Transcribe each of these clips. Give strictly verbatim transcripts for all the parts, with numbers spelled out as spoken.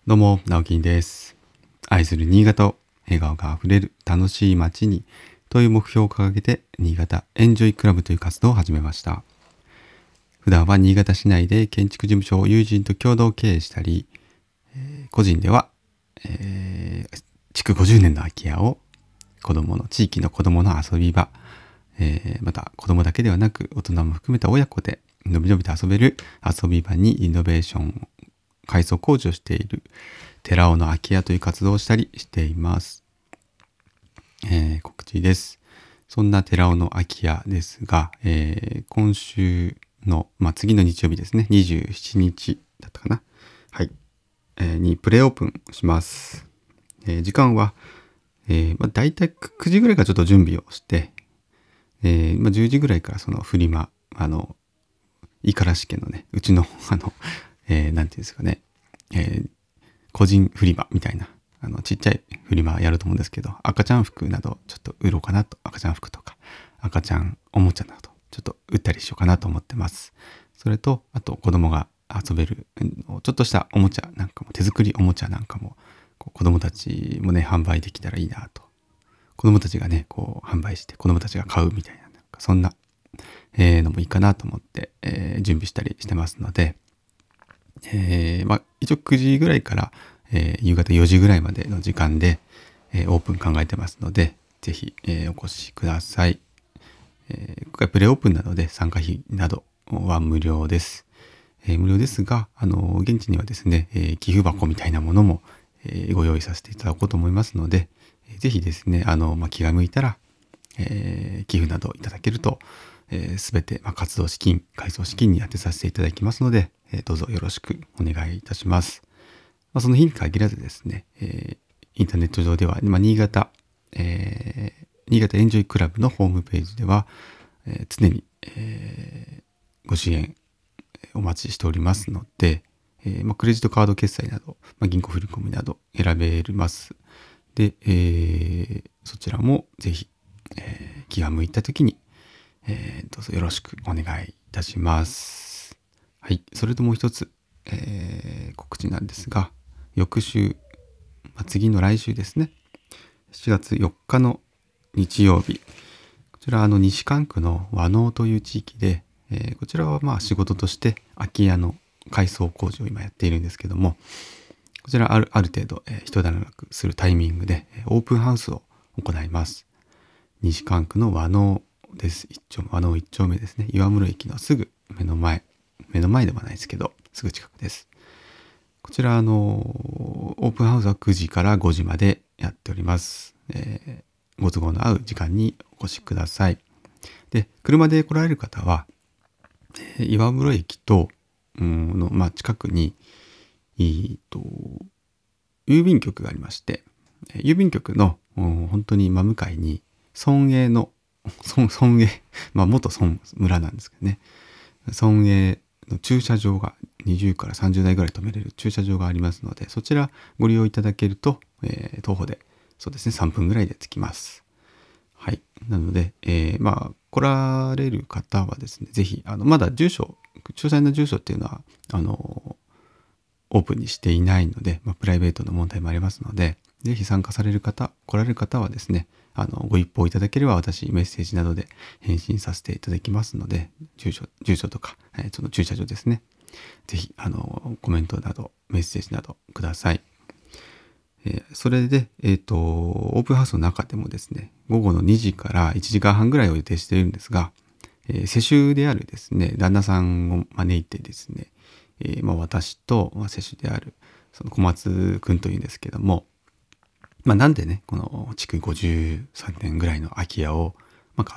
どうも、直樹です。愛する新潟を笑顔があふれる楽しい街にという目標を掲げて、新潟エンジョイクラブという活動を始めました。普段は新潟市内で建築事務所を友人と共同経営したり、えー個人では、えー築ごじゅうねんの空き家を子供の地域の子供の遊び場、えーまた子供だけではなく大人も含めた親子でのびのびと遊べる遊び場にイノベーション改装工事をしている寺尾の空き家という活動をしたりしています。えー告知です。そんな寺尾の空き家ですが、えー今週の、まあ、次の日曜日ですね、にじゅうしちにちだったかな。はい。えーにプレオープンします。えー時間は、えーまあ、大体くじぐらいからちょっと準備をして、えーまあ、じゅうじぐらいからそのフリマ、あの、五十嵐家のね、うちの、あの、えーなんていうんですかね、えー個人フリマみたいな、あの、ちっちゃいフリマやると思うんですけど、赤ちゃん服などちょっと売ろうかなと、赤ちゃん服とか、赤ちゃんおもちゃなど、ちょっと売ったりしようかなと思ってます。それと、あと子供が遊べる、うんちょっとしたおもちゃなんかも、手作りおもちゃなんかも、こう子供たちもね、販売できたらいいなと。子供たちがね、こう、販売して子供たちが買うみたいな、なんかそんな、えーのもいいかなと思って、えー準備したりしてますので、えーまあ、一応くじぐらいから、えー夕方よじぐらいまでの時間で、えーオープン考えてますので、ぜひ、えーお越しください。えー今回プレオープンなので参加費などは無料です。えー無料ですが、あの現地にはですね、えー寄付箱みたいなものも、えーご用意させていただこうと思いますので、えーぜひですね、あの、まあ、気が向いたら、えー寄付などいただけると、すべ、て、まあ、活動資金、改装資金に充てさせていただきますので、えーどうぞよろしくお願いいたします。まあ、その日に限らずですね、えーインターネット上では、まあ、新潟、えー新潟エンジョイクラブのホームページでは、えー常に、えーご支援お待ちしておりますので、えーまあ、クレジットカード決済など、まあ、銀行振込など選べます。で、えーそちらもぜひ、えー気が向いた時に、えーどうぞよろしくお願いいたします。はい。それともう一つ、えー告知なんですが、翌週、まあ、次の来週ですね、しちがつよっかの日曜日、こちらあの西関区の和納という地域で、えーこちらはまあ仕事として空き家の改装工事を今やっているんですけども、こちらあるある程度、えー一段落するタイミングで、えーオープンハウスを行います。西関区の和納です。一丁目、和納一丁目ですね。岩室駅のすぐ目の前。目の前ではないですけど、すぐ近くです。こちら、あの、オープンハウスはくじからごじまでやっております。えーご都合の合う時間にお越しください。で、車で来られる方は、えー岩室駅と、うんの、まあ、近くに、えーと、郵便局がありまして、えー郵便局のうん本当に真向かいに、村営の、村村営、まあ元村村なんですけどね、村営の駐車場がにじゅうからさんじゅうだいぐらい止めれる駐車場がありますので、そちらご利用いただけると、えー徒歩で、そうですね、さんぷんぐらいで着きます。はい。なので、えーまあ、来られる方はですね、ぜひ、あの、まだ住所、詳細な住所っていうのは、あの、オープンにしていないので、まあ、プライベートの問題もありますので、ぜひ参加される方、来られる方はですね、あの、ご一報いただければ私メッセージなどで返信させていただきますので、住所、住所とか、えーその駐車場ですね。ぜひ、あの、コメントなど、メッセージなどください。えーそれで、えっ、と、オープンハウスの中でもですね、午後のにじからいちじかんはんぐらいを予定しているんですが、えー世襲であるですね、旦那さんを招いてですね、えーまあ、私と、まあ、世襲であるその小松くんというんですけども、まあ、なんでね、この築ごじゅうさんねんぐらいの空き家を、まあ、買って、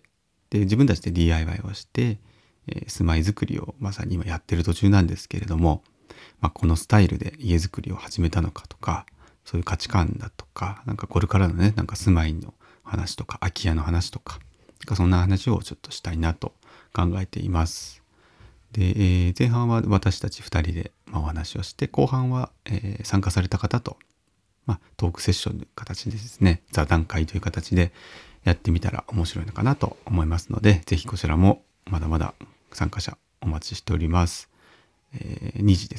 で、自分たちで ディーアイワイ をして、えー住まいづくりをまさに今やってる途中なんですけれども、まあ、このスタイルで家づくりを始めたのかとか、そういう価値観だとか、なんかこれからのね、なんか住まいの話とか、空き家の話とか、なんかそんな話をちょっとしたいなと考えています。で、えー前半は私たちふたりで、まあ、お話をして、後半は、えー参加された方と、まあ、トークセッションの形でですね、座談会という形でやってみたら面白いのかなと思いますので、ぜひこちらもまだまだ参加者お待ちしております。えーにじですね。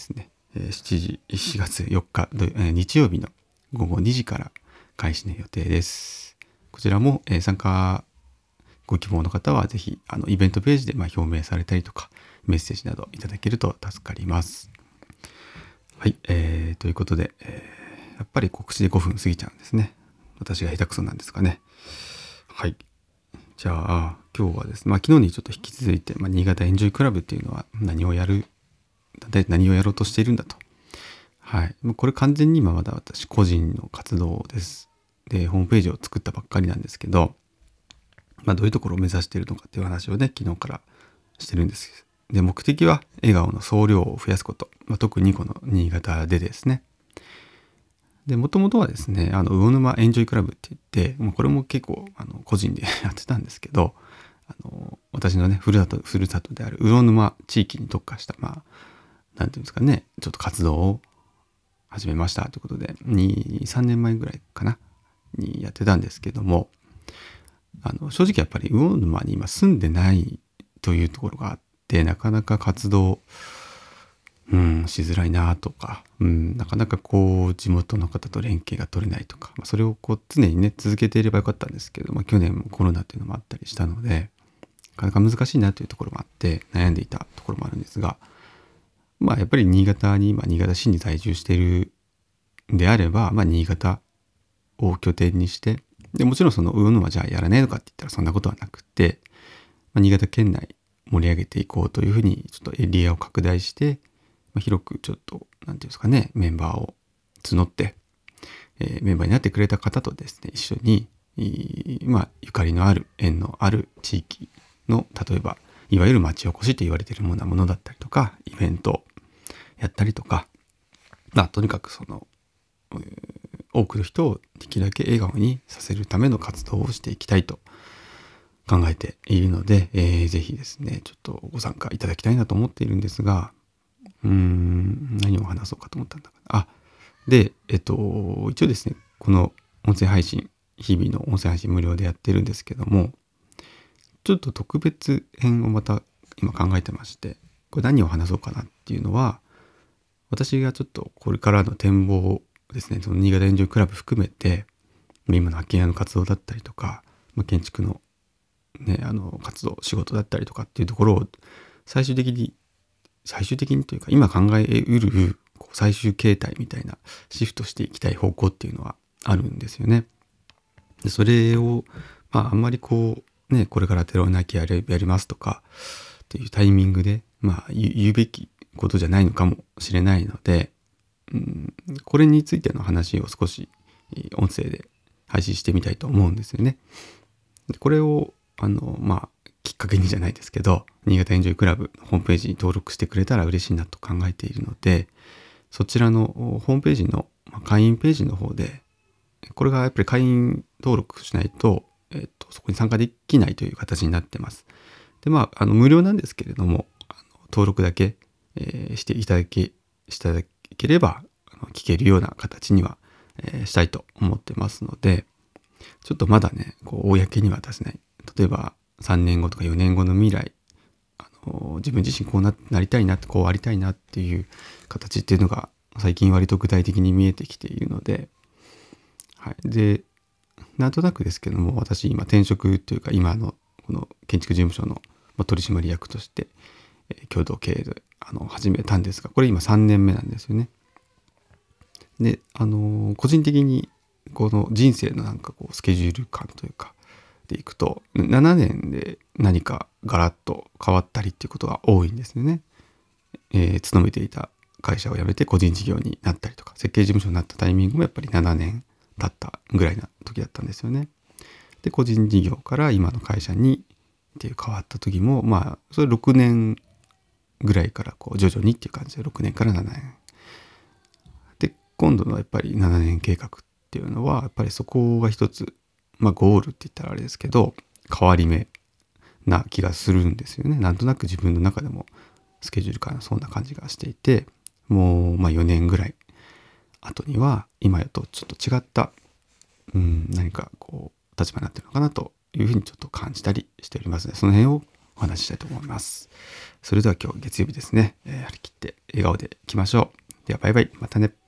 えー、しちじ、しがつよっか、えー、日曜日のごごにじから開始の予定です。こちらも、えー、参加ご希望の方はぜひあのイベントページでまあ表明されたりとかメッセージなどいただけると助かります。はい、えー、ということで、えー、やっぱり告知でごふん過ぎちゃうんですね。私が下手くそなんですかね。はい。じゃあ今日はですね、まあ、昨日にちょっと引き続いて、まあ、新潟エンジョイクラブっていうのは何をやる、何をやろうとしているんだと。はい。これ完全に今まだ私個人の活動です。で、ホームページを作ったばっかりなんですけど、まあ、どういうところを目指しているのかっていう話をね、昨日からしてるんです。で、目的は笑顔の総量を増やすこと。まあ、特にこの新潟でですね。で、もともとはですね、あの、魚沼エンジョイクラブって言って、もうこれも結構、あの、個人でやってたんですけど、あの、私のね、ふるさと、ふるさとである魚沼地域に特化した、まあ、なんていうんですかね、ちょっと活動を始めましたということで、に、さんねんまえぐらいかな、にやってたんですけども、あの、正直やっぱり魚沼に今住んでないというところがあって、なかなか活動、うん、しづらいなとか、うん、なかなかこう地元の方と連携が取れないとか、まあ、それをこう常にね続けていればよかったんですけど、まあ、去年もコロナっていうのもあったりしたので、なかなか難しいなというところもあって悩んでいたところもあるんですが、まあやっぱり新潟に今新潟市に在住しているんであれば、まあ、新潟を拠点にして、でもちろんその魚沼じゃあやらねえのかって言ったらそんなことはなくて、まあ、新潟県内盛り上げていこうというふうにちょっとエリアを拡大して、まあ、広くちょっとなんていうんですかね、メンバーを募って、えー、メンバーになってくれた方とですね一緒に、まあ、ゆかりのある縁のある地域の例えばいわゆる町おこしと言われているようなものだったりとかイベントをやったりとか、まあ、とにかくその、えー、多くの人をできるだけ笑顔にさせるための活動をしていきたいと考えているので、えー、ぜひですねちょっとご参加いただきたいなと思っているんですが、うーん何を話そうかと思ったんだかなあでえっと一応ですねこの音声配信日々の音声配信無料でやってるんですけども、ちょっと特別編をまた今考えてまして、これ何を話そうかなっていうのは、私がちょっとこれからの展望ですね、その新潟エンジョイクラブ含めて今の空き家の活動だったりとか、まあ、建築のねあの活動仕事だったりとかっていうところを最終的に最終的にというか今考えうるこう最終形態みたいなシフトしていきたい方向っていうのはあるんですよね。でそれをまああんまりこうねこれからテロなきやりやりますとかっていうタイミングでまあ言う言うべきことじゃないのかもしれないので、うん、これについての話を少し音声で配信してみたいと思うんですよね。でこれをあのまあきっかけにじゃないですけど、新潟エンジョイクラブのホームページに登録してくれたら嬉しいなと考えているので、そちらのホームページの会員ページの方で、これがやっぱり会員登録しないと、えっと、そこに参加できないという形になってます。で、まあ、あの無料なんですけれども、あの登録だけ、えー、していただけ、していただければ、あの聞けるような形には、えー、したいと思ってますので、ちょっとまだね、こう、公には出せない。例えば、さんねんごとかよねんごの未来、あの自分自身こう な, なりたいな、こうありたいなっていう形っていうのが、最近割と具体的に見えてきているので、はい。で、なんとなくですけども、私今転職というか、今のこの建築事務所の取締役として、えー、共同経営であの始めたんですが、これ今さんねんめなんですよね。で、あのー、個人的にこの人生のなんかこうスケジュール感というかでいくとななねんで何かガラッと変わったりっていうことが多いんですよね。えー、勤めていた会社を辞めて個人事業になったりとか、設計事務所になったタイミングもやっぱりななねん経ったぐらいな時だったんですよね。で、個人事業から今の会社にっていう変わった時も、まあそれろくねんぐらいからこう徐々にっていう感じでろくねんからななねんで、今度のやっぱりななねん計画っていうのはやっぱりそこが一つ、まあゴールって言ったらあれですけど変わり目な気がするんですよね。なんとなく自分の中でもスケジュール感そんな感じがしていて、もうまあよねんぐらい後には今とちょっと違った、うん、何かこう立場になってるのかなというふうにちょっと感じたりしておりますので、その辺をお話ししたいと思います。それでは今日月曜日ですね、えー、張り切って笑顔でいきましょう。 ではバイバイ。またね。